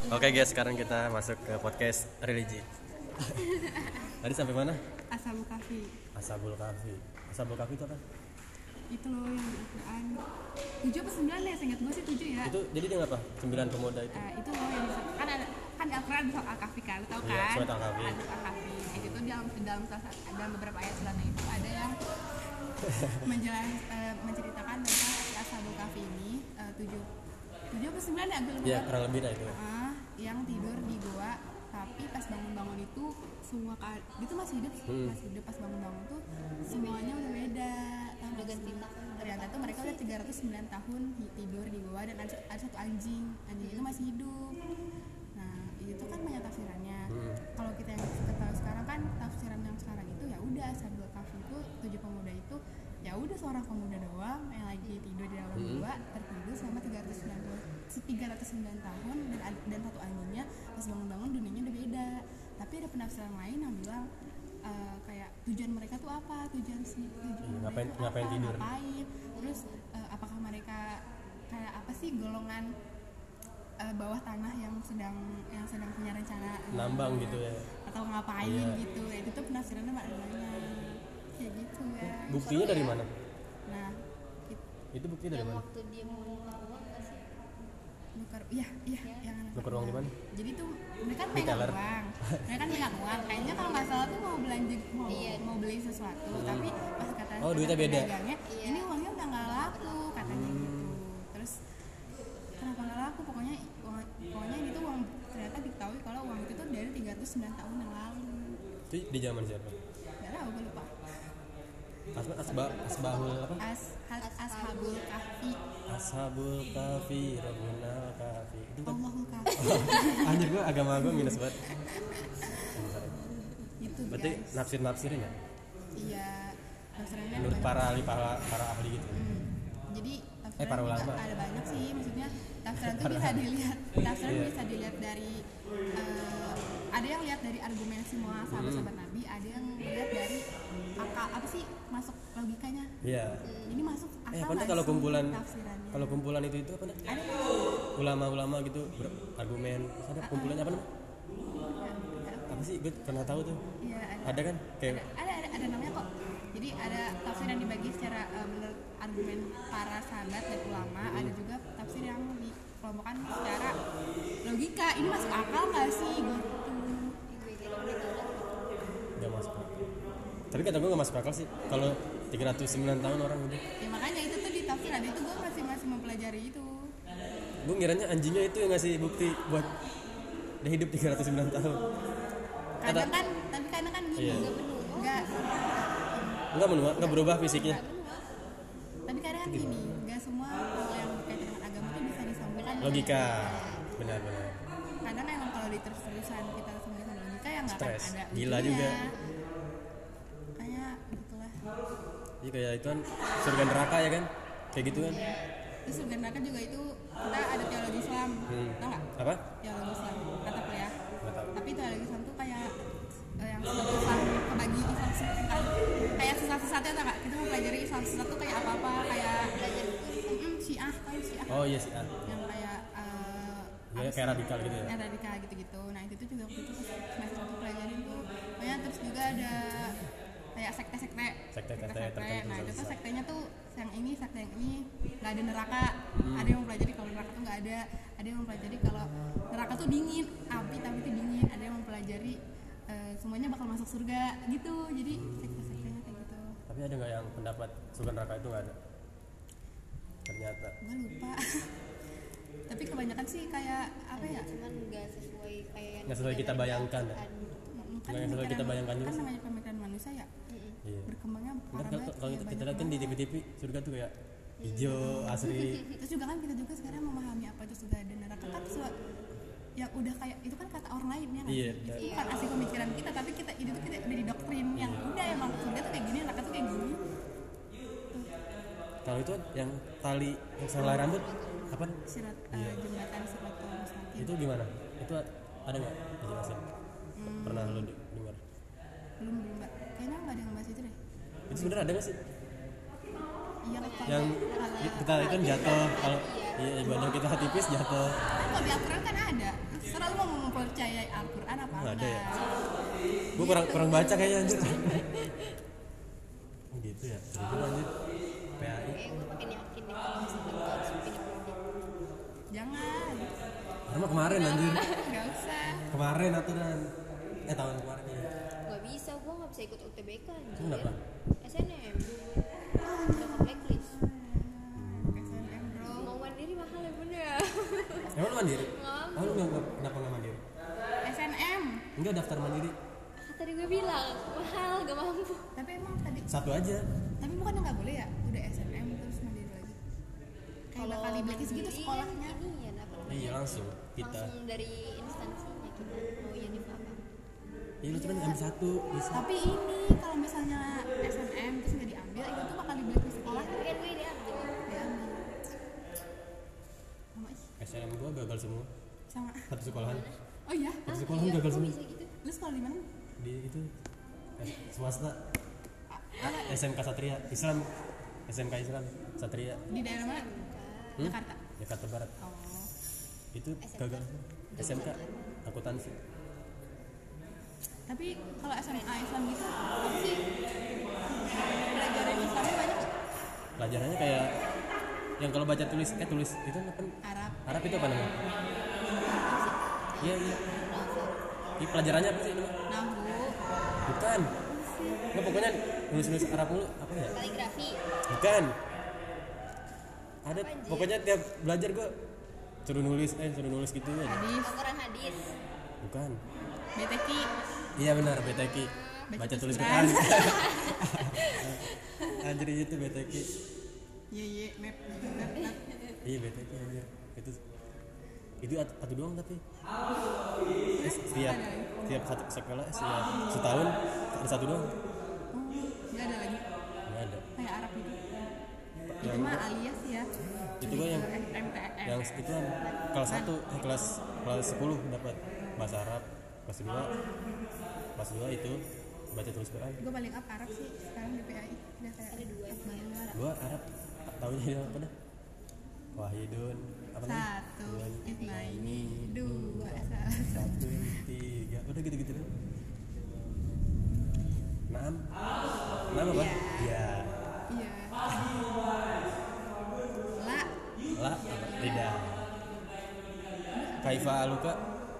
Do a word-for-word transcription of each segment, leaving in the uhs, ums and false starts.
Oke guys, sekarang kita masuk ke podcast religi. Tadi sampai mana? Ashabul Kahfi. Ashabul Kahfi. Ashabul Kahfi itu apa? Itu loh yang di Al-Quran. Tujuh apa sembilan ya? Seingat gue sih tujuh ya. Itu jadi dia ngapa? Sembilan pemuda itu. Uh, itu loh yang bisa, kan ada kan di Al-Quran ada surat Al-Kahfi kan, tahu kan? Iya, surat Al-Kahfi. Ada surat Al-Kahfi. Nah, itu tuh dalam dalam salah dalam beberapa ayat suratnya itu ada yang menjelas uh, menceritakan tentang si Ashabul Kahfi ini uh, tujuh tujuh apa sembilan ya? Gue lupa. Iya, kurang lebih dah itu. Uh, yang tidur di goa, tapi pas bangun-bangun itu semua ka- itu masih hidup Hmm. masih hidup pas bangun-bangun tuh semuanya udah beda. Udah ganti tahun. Ternyata tuh mereka udah tiga ratus sembilan tahun tidur di goa dan ada, ada satu anjing anjing itu masih hidup. Nah itu kan banyak tafsirannya. Hmm. Kalau kita yang kita tahu sekarang kan tafsiran yang sekarang itu ya udah Ashabul Kahfi itu tujuh pemuda itu ya udah seorang pemuda doang yang lagi tidur di dalam Hmm. goa tertidur selama tiga ratus sembilan tahun dan dan satu anjingnya pas bangun-bangun dunianya udah beda. Tapi ada penafsiran lain yang bilang uh, kayak tujuan mereka tuh apa, tujuan si tujuan Iya, mereka ngapain- tuh ngapain apa, tidur? ngapain, terus uh, apakah mereka kayak apa sih golongan uh, bawah tanah yang sedang yang sedang punya rencana uh, Nambang gitu ya. atau ngapain Iya. gitu ya, itu tuh penafsirannya banyak kayak gitu ya. Buktinya dari mana? Nah it, Itu buktinya dari yang mana? waktu dia mau nukar uang nggak sih? nukar iya iya yang Nukar uang di mana? jadi tuh mereka kan Di pegang teller. uang mereka kan pegang uang kayaknya kalau nggak salah tuh mau belanja mau, Iya. mau beli sesuatu tapi pas kata Oh, kata duitnya beda. pedagangnya, Iya. ini uangnya udah nggak laku katanya gitu. Terus kenapa nggak laku, pokoknya uang, pokoknya itu uang ternyata diketahui kalau uang itu tuh dari tiga ratus sembilan tahun yang lalu. Itu di zaman siapa? Nggak tahu, gue lupa. Asba, asba, asbahul apa? As, has, ashabul kahfi, Ashabul Kahfi, Rabbunal Kahfi. Itu kan? Allahul kahfi. Anjir gua agama gua minus banget. Itu Berarti guys. nafsir-nafsirin ya? Iya, tafsirannya Menurut banyak. para ahli para, para ahli gitu. Hmm. Jadi tafsiran Eh, para juga ulama. ada banyak sih, maksudnya tafsiran itu bisa dilihat, tafsiran Iya. bisa dilihat dari eh, ada yang lihat dari argumen semua sahabat-sahabat Nabi, ada yang lihat dari akal apa sih masuk logikanya. Iya. Ini masuk akal. Eh, apa nggak kalau sih kumpulan tafsirannya? kalau kumpulan itu itu apa nih? ada Ulama-ulama gitu berargumen. Ada kumpulannya apa namanya? Apa sih? Gue pernah tahu tuh. Iya, ada. Ada kan? Kayak ada ada ada namanya kok. Jadi ada tafsir yang dibagi secara eh, menurut argumen para sahabat dan ulama, ada juga tafsir yang dikelompokkan secara logika. Ini masuk akal nggak sih gitu? nggak masuk akal. Tapi kata gue nggak masuk akal sih. Kalau tiga ratus sembilan tahun orang udah. Ya makanya itu tuh di tafsir ada itu, gue masih masih mempelajari itu. Gue ngiranya anjingnya itu yang ngasih bukti buat dia hidup tiga ratus sembilan tahun. Kadang kan, tapi kadang kan gini, Iya. nggak penuh, nggak. Enggak menua, enggak berubah fisiknya. Tapi kadang kan gini, nggak semua hal yang berkaitan dengan agama tuh bisa disambungkan dengan Logika. Benar-benar. kadang emang kalau diterus-terusan kita sambungin sama logika ya nggak akan Stres. ada Gila ujungnya. juga. Kayak gitulah. Iya kayak itu kan surga neraka ya kan? Kayak gitu kan? Terus surga neraka juga itu kita ada teologi Islam, Hmm. tau nggak? Apa? Teologi Islam kata kuliah. Nggak tahu. Tapi teologi Islam tuh kayak eh, yang Islam kebagi Islam kan kayak sesat-sesatnya tau nggak? Kita mau pelajari Islam sesat tuh kayak apa-apa, kayak mm, Syiah, tahu Syiah? Oh iya sih. Ah. Yang kayak eh, Ya, apa kayak sih? radikal gitu ya. Yang radikal gitu-gitu. Nah itu tuh juga waktu itu semester satu pelajarin tuh. Pokoknya terus juga ada kayak sekte-sekte. Sekte-sekte tertentu, Nah itu tuh sesat. sektenya tuh yang ini sekte yang ini nggak ada neraka. Hmm. Ada yang mempelajari kalau neraka tuh nggak ada. Ada yang mempelajari kalau neraka tuh dingin, api tapi itu dingin. Ada yang mempelajari eh, semuanya bakal masuk surga gitu. Jadi sekte-sektenya kayak gitu. Tapi ada nggak yang pendapat surga neraka itu nggak ada? Ternyata. Gue lupa. Tapi kebanyakan sih kayak apa ya? Cuman nggak sesuai kayak yang Nggak sesuai kita bayangkan ya? kan Nggak yang selalu kita pemikiran- bayangkan juga kan sih. namanya pemikiran manusia ya Iya. berkembangnya Ntar parah kalau banget kalau ya, kita, banyak kita lihat kan di banget. T V T V surga tuh kayak hijau asri. Terus juga kan kita juga sekarang memahami apa itu surga dan neraka kan sesuatu yang udah kayak itu kan kata orang lain ya nggak Iya, sih? Itu iya. bukan asli pemikiran kita tapi kita itu tuh kita udah didoktrin yang udah emang surga tuh kayak gini neraka tuh kayak gini. Kalau itu yang tali yang selai rambut apa? Sirat eh, Iya. jembatan siratul mustaqim. Itu gimana? Itu ada nggak dijelasin? Hmm, Pernah lu de- dengar? belum belum Mbak. Kayaknya nggak ada yang ngebahas itu deh. Itu sebenarnya ada nggak sih? Iya kalau Yang kalau kita itu kan jatuh kalau iya badan kita tipis jatuh. kan kalau di Al-Quran kan ada. Surah percaya Al-Quran apa Nggak enggak? ada ya? Gue kurang kurang baca kayaknya anjir. Oh gitu ya. Jadi lanjut P A I. Kayak gue makin yakin deh kalau misalkan gue harus pindah prodi. Jangan, Karena kemarin anjir. nggak usah. Kemarin atau dan eh tahun kemarin ya. Gak bisa, gue gak bisa ikut U T B K anjir. Kenapa? S N M dulu. Udah ke blacklist. S N M bro. Mau mandiri mahal ya bunda. Emang lu mandiri? Nggak Oh lu nggak nggak- kenapa nggak mandiri? S N M. Enggak daftar mandiri. Ah, tadi gue bilang mahal, gak mampu. Tapi emang tadi, Satu aja. tapi bukan nggak boleh ya? Udah S N M terus mandiri lagi. Kayak bakal di blacklist gitu mandiri sekolahnya. kan ini ya dapat. Iya langsung kita. Langsung dari instansinya kita mau univ apa. Iya lu cuma ambil satu bisa. Tapi ini kalau misalnya S N M terus nggak diambil, itu tuh bakal di blacklist sekolah. Tapi kan gue diambil. Diambil. Sama ih, S N M gua gagal semua. sama. Satu sekolahan. Oh iya, Satu Ah, sekolahan iya, gagal kok semua. bisa gitu? lu sekolah di mana? Di itu eh, swasta. S M K Satria Islam. S M K Islam Satria. Di daerah mana? Hmm? Jakarta. Jakarta Barat. Oh. Itu S M K. gagal. S M K akuntansi. Tapi kalau S M A Islam gitu, apa sih? Pelajaran Islamnya banyak nggak? Pelajarannya kayak yang kalau baca tulis eh tulis itu apa? Arab. Arab itu apa namanya? Iya iya. Ini pelajarannya apa sih namanya? Nahu. Bukan. Nggak pokoknya nulis-nulis Arab mulu apa ya? Kaligrafi. Bukan. Ada Apa, anjir? pokoknya tiap belajar gua suruh nulis eh suruh nulis gitu aja. Hadis. Al-Quran hadis. Bukan. B T Q. Iya benar B T Q. Baca Baca tulis Quran. Quran. Anjir itu B T Q. Iya iya map. Map, map. Iya B T Q anjir. Itu itu at- satu doang tapi eh, setiap setiap satu sekolah eh, setiap setahun ada satu doang. Oh, nggak ada lagi. Nggak ada. Kayak Arab gitu. Itu Yang mah alias ya. itu gua yang M T M. yang itu kan kelas satu eh, kelas kelas sepuluh dapat bahasa Arab, kelas dua kelas dua itu baca tulis Quran. Gue paling up Arab sih sekarang di P A I. Udah kayak Ada dua up banget. yang Gua Arab tahunya dia apa dah? Wahidun apa namanya? Satu, Dua, Ismaini, dua, satu. satu tiga udah gitu gitu deh. Enam enam apa? Iya. Iya. Iya. La. La tidak. Kaifa aluka?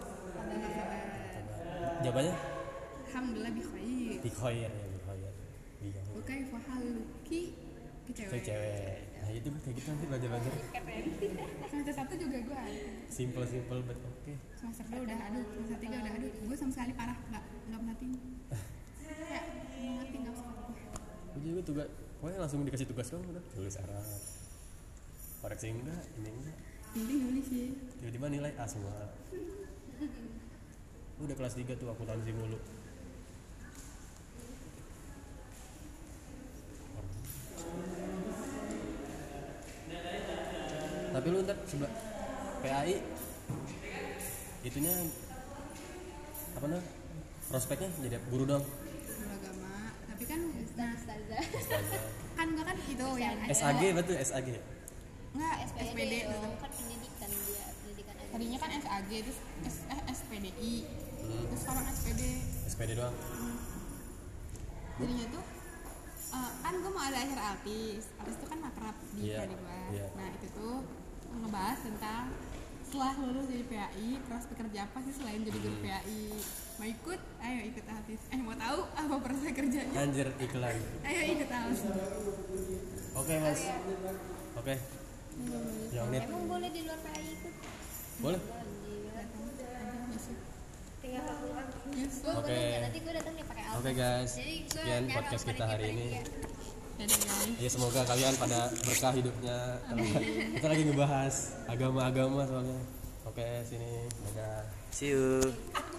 Jawabannya Alhamdulillah bi khair. di khair ya di khair. Iya. Oke, fahaluki ke Itu cewek. cewek. Nah itu kayak gitu nanti belajar belajar. Semester satu juga gue ada. Simple simple but oke. Semester dua udah aduh, semester tiga udah aduh. Gue sama sekali parah nggak nggak perhatiin. Kayak nggak ngerti nggak suka gue. Gue juga tugas, pokoknya langsung dikasih tugas dong udah tulis Arab. Koreksi enggak, ini enggak. Penting nulis sih. Tiba-tiba nilai A semua. Udah kelas tiga tuh akuntansi mulu. Tapi lu ntar sebelah P A I itunya apa namanya? Prospeknya jadi guru dong. Beragama. Tapi kan nah, Ustazah. Ustazah. kan gue kan itu yang ada. S A G betul S A G. Nggak, S P S P D. D dong, kan pendidikan dia, pendidikan agama. Tadinya kan S A G terus S, eh, S P D I. Hmm. Terus sekarang S P D. S P D doang. Jadinya tuh eh, kan gue mau ada acara altis. Altis itu kan makrab di Iya, prodi gue. iya. Nah itu tuh ngebahas tentang setelah lulus jadi P A I terus bekerja apa sih selain jadi guru P A I. Mau ikut? Ayo ikut altis. Eh mau tahu apa proses kerjanya? Anjir iklan. Ayo ikut altis. Oke mas. Oke. Yang net Emang boleh di luar P A I ikut? boleh. Anjir. Tinggal fakultas. Yes. Gue Oke. boleh nggak? Nanti gue datang nih pakai altis. Oke guys. Jadi gue Sekian nyarap podcast kita panitia- hari ini. panitia. Dadah guys. Ya semoga kalian pada berkah hidupnya. Kita lagi ngebahas agama-agama soalnya. Oke sini. Dadah. See you.